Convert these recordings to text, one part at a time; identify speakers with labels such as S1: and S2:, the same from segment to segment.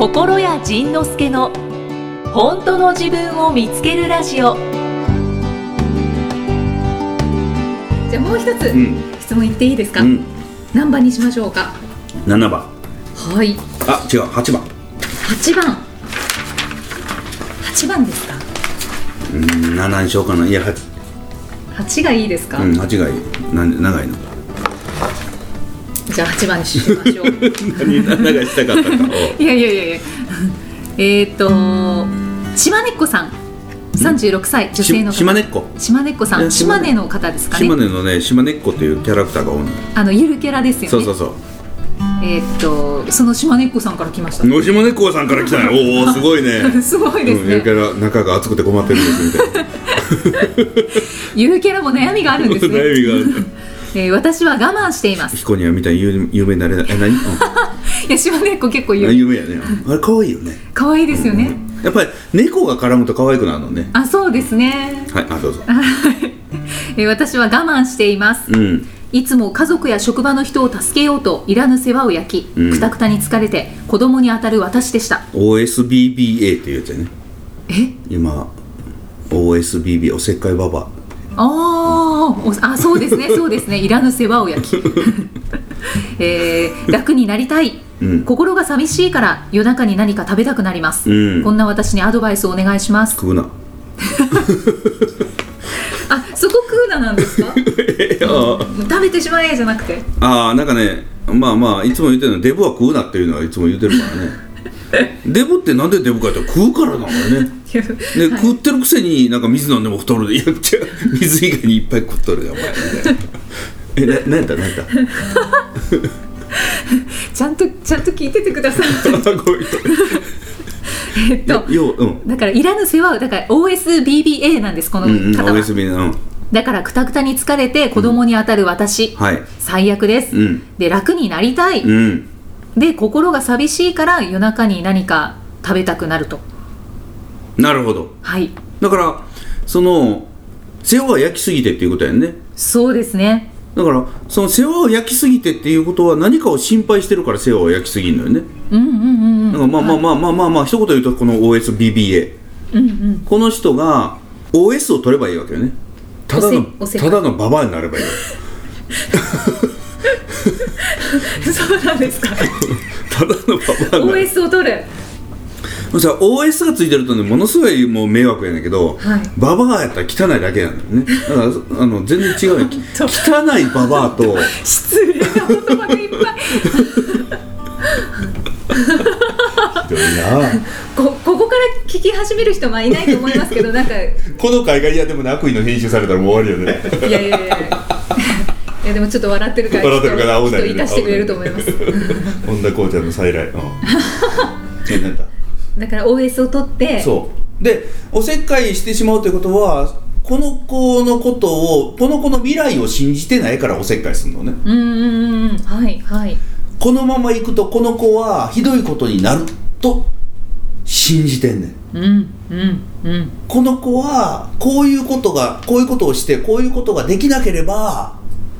S1: 心谷仁之助の本当の自分を見つけるラジオ。じゃあもう一つ、質問言っていいですか？何番にしましょうか
S2: ？7番。
S1: はい。
S2: あ、違う、8番。
S1: 8番。8番ですか
S2: 7にしようかな。いや、
S1: 8がいいですか
S2: ？8がいい。なんで長いの？
S1: じゃあ8番にしましょう。
S2: 何がしたかったか。
S1: いや島根っこさん、36歳女性の方。島根っこさん、島根の方ですかね。
S2: 島根のね、島根っこっていうキャラクターが多いの。
S1: ゆるキャラですよね。
S2: そう
S1: その島根っこさんから来ました。
S2: 島根っこさんから来たね。おお、すごいね。
S1: すごいですね。
S2: ゆるキャラ、中が熱くて困ってるんですみたいな。
S1: ゆるキャラも悩みがあるんですね。
S2: 悩みがある。
S1: 私は我慢しています。
S2: 彦にはみたいに有名になれない。何？
S1: いや、島根っこ結構有名
S2: やね。あれ可愛いよね。
S1: 可愛いですよね。
S2: やっぱり猫が絡むと可愛くなるのね。
S1: あ、そうですね。
S2: はい、どうぞ。
S1: 私は我慢しています。いつも家族や職場の人を助けようといらぬ世話を焼き、くたくたに疲れて子供に当たる私でした。
S2: OSBBA っていうやつやね。今 OSBB おせっかいババ
S1: あ、そうですね、そうですね。いらぬ世話を焼き、楽になりたい、心が寂しいから夜中に何か食べたくなります。こんな私にアドバイスをお願いします。
S2: 食うな。
S1: あ、そこ食うななんですか？食べてしまえじゃなくて。なん
S2: かね、まあいつも言ってるの、デブは食うなっていうのはいつも言ってるからね。デブってなんでデブかって食うからなのよね。で、食ってるくせになんか水飲んでも太るで、いや、水以外にいっぱい食っとるよお前。何やった
S1: ちゃんと聞いててください。だからいらぬ世話を、だから OSBBA なんです、この方は。
S2: OSBBA、
S1: だからくたくたに疲れて子供に当たる私、最悪です。で、楽になりたい、で、心が寂しいから夜中に何か食べたくなると。
S2: なるほど。
S1: はい。
S2: だからその世話を焼きすぎてっていうことやんね。
S1: そうですね。
S2: だからその世話を焼きすぎてっていうことは何かを心配してるから世話を焼きすぎるのよね。だからまあ一言言うとこの OSBBA、この人が OS を取ればいいわけよね。ただのババアになればいいわけ。
S1: そうなんですか。
S2: ただのババア。
S1: OS を取る。
S2: さ、OS がついてるとね、ものすごいもう迷惑やねんけど、ババアやったら汚いだけなんだよね。だから全然違うよ。汚いババアと
S1: 失礼な言葉がいっぱい。
S2: ひどいな。
S1: ここから聞き始める人はいないと思いますけど、なんか
S2: この海外、いやでもね、悪意の編集されたらもう終わりよね。い
S1: やでもちょっと笑ってるから人いたしてくれると思います。
S2: 本田こうちゃんの再来。
S1: だから OS を取って、
S2: そうでおせっかいしてしまうということは、この子のことを、この子の未来を信じてないからおせっかいするのね。
S1: はいはい。
S2: このままいくとこの子はひどいことになると信じてんねん。この子はこういうことをしてこういうことができなければ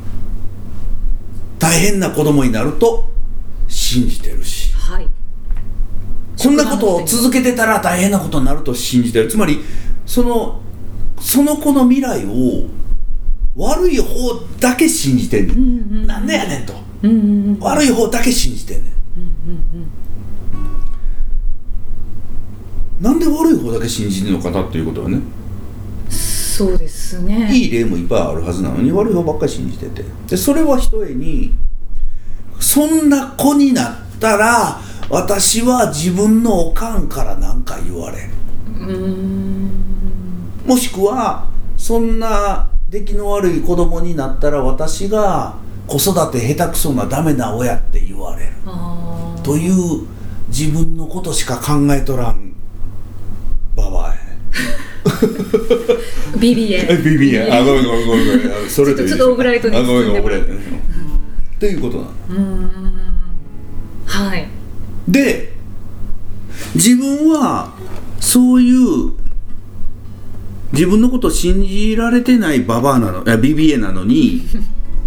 S2: 大変な子供になると信じてるし、こんなことを続けてたら大変なことになると信じてる。つまりその子の未来を悪い方だけ信じてんねん。なんでやねんと、悪い方だけ信じてんねん。なんで悪い方だけ信じるのかなっていうことはね。
S1: そうですね。
S2: いい例もいっぱいあるはずなのに悪い方ばっかり信じてて、でそれはひとえに、そんな子になったら私は自分のおかんから何か言われる、もしくはそんな出来の悪い子供になったら私が子育て下手くそなダメな親って言われるという自分のことしか考えとらんババアやね。
S1: BBA
S2: ごめんそれでいいです。
S1: ちょっとオブライトに包んでもらって
S2: っていうことなの。
S1: はい。
S2: で自分はそういう自分のことを信じられてないババアなの、BBA なのに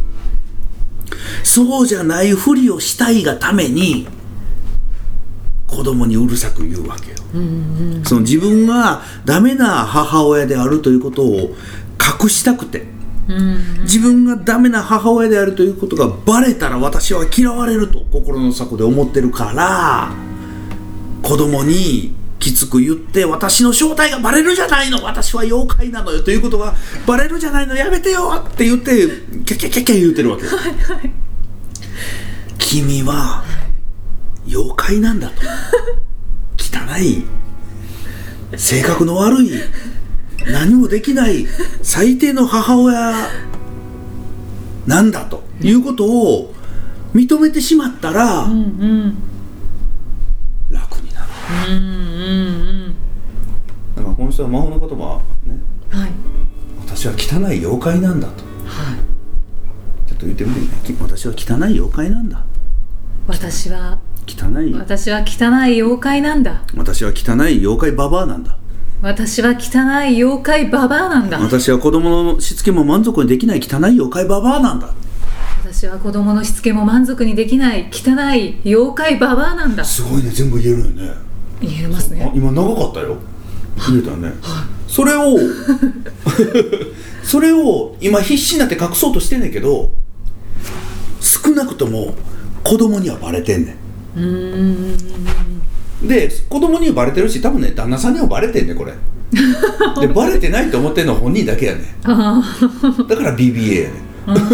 S2: そうじゃないふりをしたいがために子供にうるさく言うわけよ、その自分がダメな母親であるということを隠したくて、自分がダメな母親であるということがバレたら私は嫌われると心の底で思ってるから、子供にきつく言って、私の正体がバレるじゃないの、私は妖怪なのよということがバレるじゃないの、やめてよって言ってキャキャキャキャ言うてるわけよ君は妖怪なんだと汚い、性格の悪い、何もできない最低の母親なんだということを認めてしまったら、楽になる。だからこの人は魔法の言葉ね、はい、私は汚い妖怪なんだと、はい、ちょっと言ってみてね。私は汚い妖怪なんだ。私は汚い妖怪なんだ。私は汚い妖怪ババアなんだ。私は汚い妖怪ババアなんだ。私は子供のしつけも満足にできない汚い妖怪ババアなんだ。私は子供のしつけも満足にできない汚い妖怪ババアなんだ。すごいね、全部言えるよね。言えますね。今長かったよ、言えたね、はい、それを今必死になって隠そうとしてんねんけど、少なくとも子供にはバレてんねん。で子供にはバレてるし、多分ね旦那さんにはバレてんねんこれでバレてないと思ってんのは本人だけやねんだから BBA やね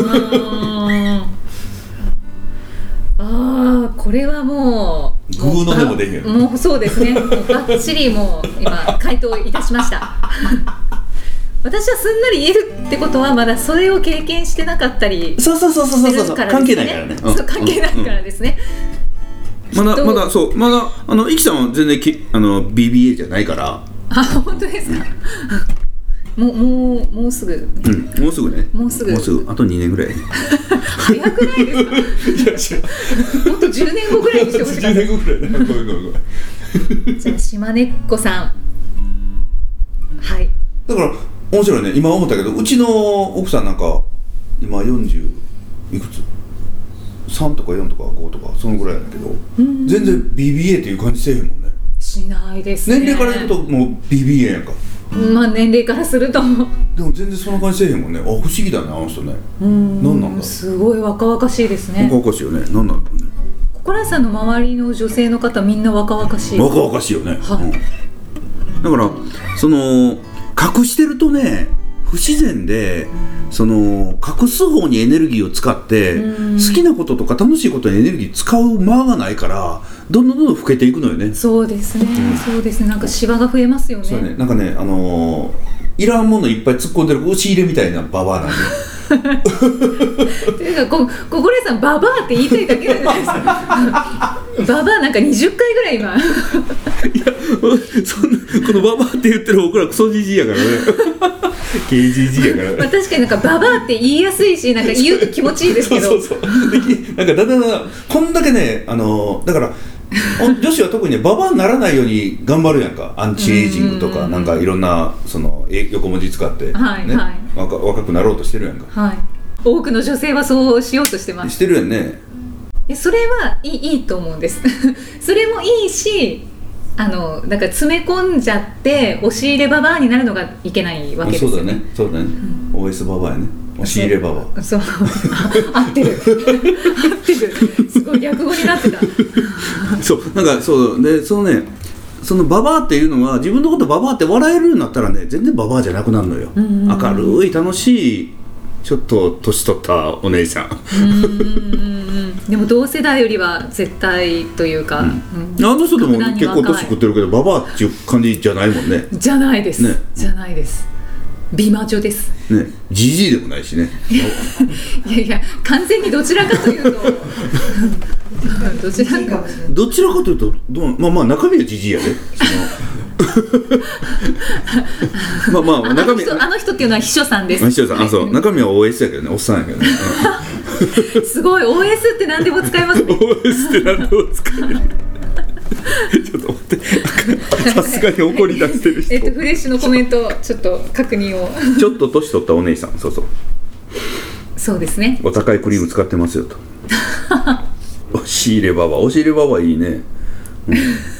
S2: んこれはもうグーのでもできる。もうそうですね、もうバッチリもう今回答いたしました私はすんなり言えるってことはまだそれを経験してなかったりしてるからですね。関係ないからね、関係ないからですね。まだイキさんは全然BBA じゃないから。本当ですかもうすぐ、もうすぐね、もうすぐあと2年ぐらい早くないですかもっと10年後ぐらいにしてほしかった10年後ぐらいね。ごめんじゃあ島根っこさん、はい。だから面白いね、今思ったけど、うちの奥さんなんか今40いくつ3とか4とか5とかそのぐらいだけど、全然 BBA っていう感じせえへんもんね。しないですね。年齢から言うともう BBA やんか。まあ年齢からするとでも全然そんな感じせえへんもんね。不思議だね、あの人ね。何なんだ。すごい若々しいですね。若々しいよね。何なんだろうね。心屋さんの周りの女性の方みんな若々しい。若々しいよね、はい。だからその隠してるとね、不自然で、その隠す方にエネルギーを使って好きなこととか楽しいことにエネルギー使う間がないから、どんどん老けていくのよね。そうですね、そうですね。なんかシワが増えますよね。そうね、なんかね、いらんものいっぱい突っ込んでる押し入れみたいなババアなんでというか心屋さんババアって言いたいだけじゃないですかババアなんか20回ぐらい今いやそんなこのババアって言ってる僕らクソジジイやからねKGG やから、確かになんかババアって言いやすいし、なんか言うと気持ちいいですけどそうなんかだんだんこんだけね、だから女子は特にねババアにならないように頑張るやんか。アンチエイジングとかなんかいろんなその横文字使って、はいね、はい、若くなろうとしてるやんか、はい、多くの女性はそうしようとしてます。してるやんね。それはいいと思うんですそれもいいし、だから詰め込んじゃって押し入れババアになるのがいけないわけですよね。そうだね、そうだね、OS ババアやね、押し入れババア。そう合ってる合ってる、すごい逆語になってたそうなんかそうで、そのババアっていうのは自分のことババアって笑えるようになったらね、全然ババアじゃなくなるのよ。明るい楽しいちょっと年取ったお姉さんでも同世代よりは絶対というか、あの人でも結構年食ってるけどババアっていう感じじゃないもんね。じゃないです、ね、じゃないです。美魔女ですね。ジジイでもないしねいや完全にどちらかというとどちらかというとまあ中身はジジイやでまあ中身あの人っていうのは秘書さんです。秘書さん、そう中身は OS やけどね、おっさんやけどねすごい OS って何でも使えますねOS って何でも使えるちょっと待ってさすがに怒り出してる人フレッシュのコメントちょっと確認をちょっと年取ったお姉さん、そうですね、お高いクリーム使ってますよと押し入れババアいいね、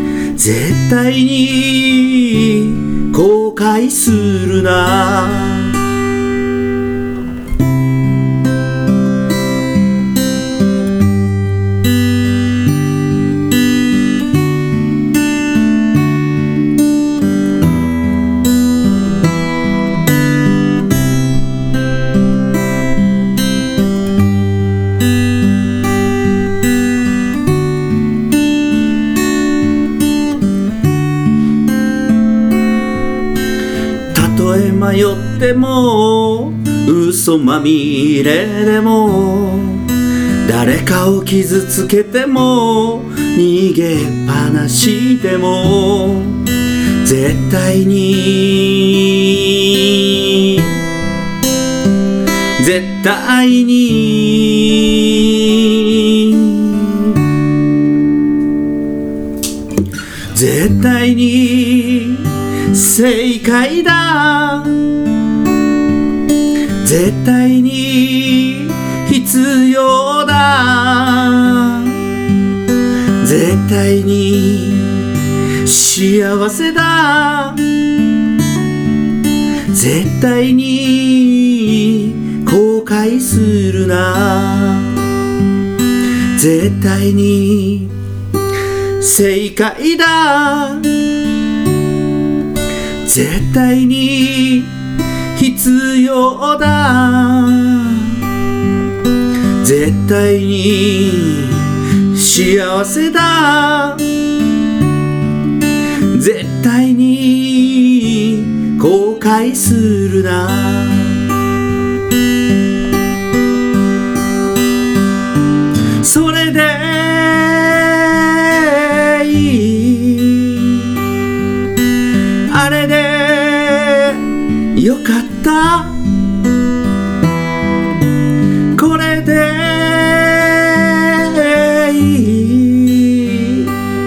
S2: 絶対に後悔するな。迷っても嘘まみれでも誰かを傷つけても逃げっぱなしでも絶対に絶対に絶対に正解だ。絶対に必要だ。絶対に幸せだ。絶対に後悔するな。絶対に正解だ。絶対に必要だ。絶対に幸せだ。絶対に後悔するな。それであれでよかった。これでい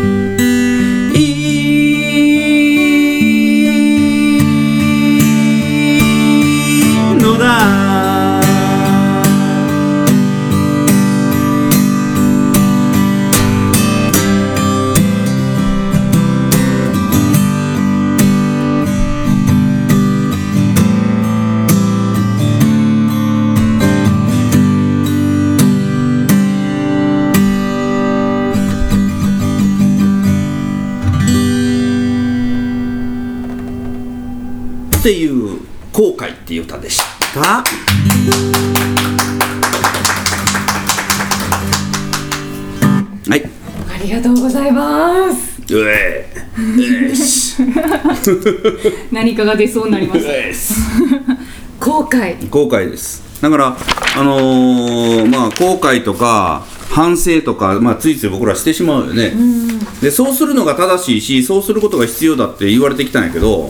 S2: いのだ。っていう後悔っていう歌でした。はい。
S1: ありがとうございます。何かが出そうになりました。後
S2: 悔です。だからまあ後悔とか反省とか、ついつい僕らしてしまうよね。でそうするのが正しいし、そうすることが必要だって言われてきたんやけど、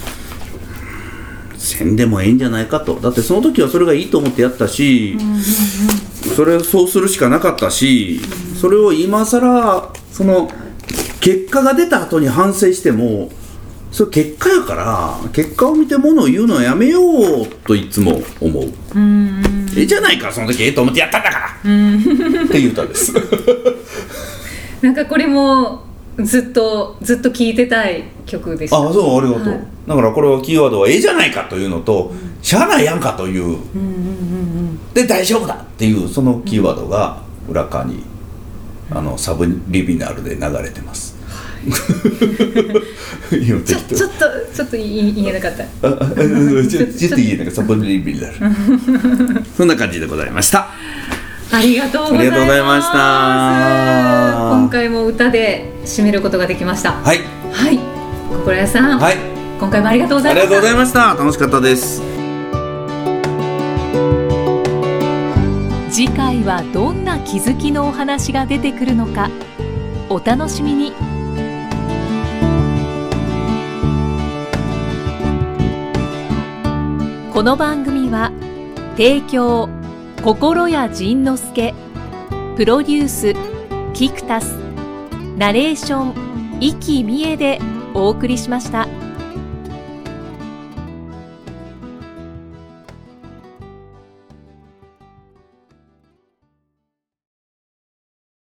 S2: せんでもええんじゃないかと。だってその時はそれがいいと思ってやったし、それをそうするしかなかったし、それを今更その結果が出た後に反省しても、それ結果やから、結果を見て物を言うのはやめようといつも思う。ええじゃないか、その時ええと思ってやったんだからっていう歌です
S1: なんかこれもずっと聴いてたい曲でした。
S2: あ、そう、ありがとう、はい、だからこれはキーワードはええじゃないかというのと、しゃあないやんかという、で大丈夫だっていうそのキーワードが裏側にサブリミナルで流れてます。ちょっと言えなかった。ちょっと言えなかった。サブリミナルそんな感じでございました。
S1: ありがとうございました。今回も歌で締めることができました。
S2: はい
S1: はい、心屋さん、
S2: はい、
S1: 今回もありがとうございました。
S2: ありがとうございました。楽しかったです。
S1: 次回はどんな気づきのお話が出てくるのか、お楽しみに。この番組は提供心谷仁之助、プロデュースキクタス、ナレーション生きみえでお送りしました。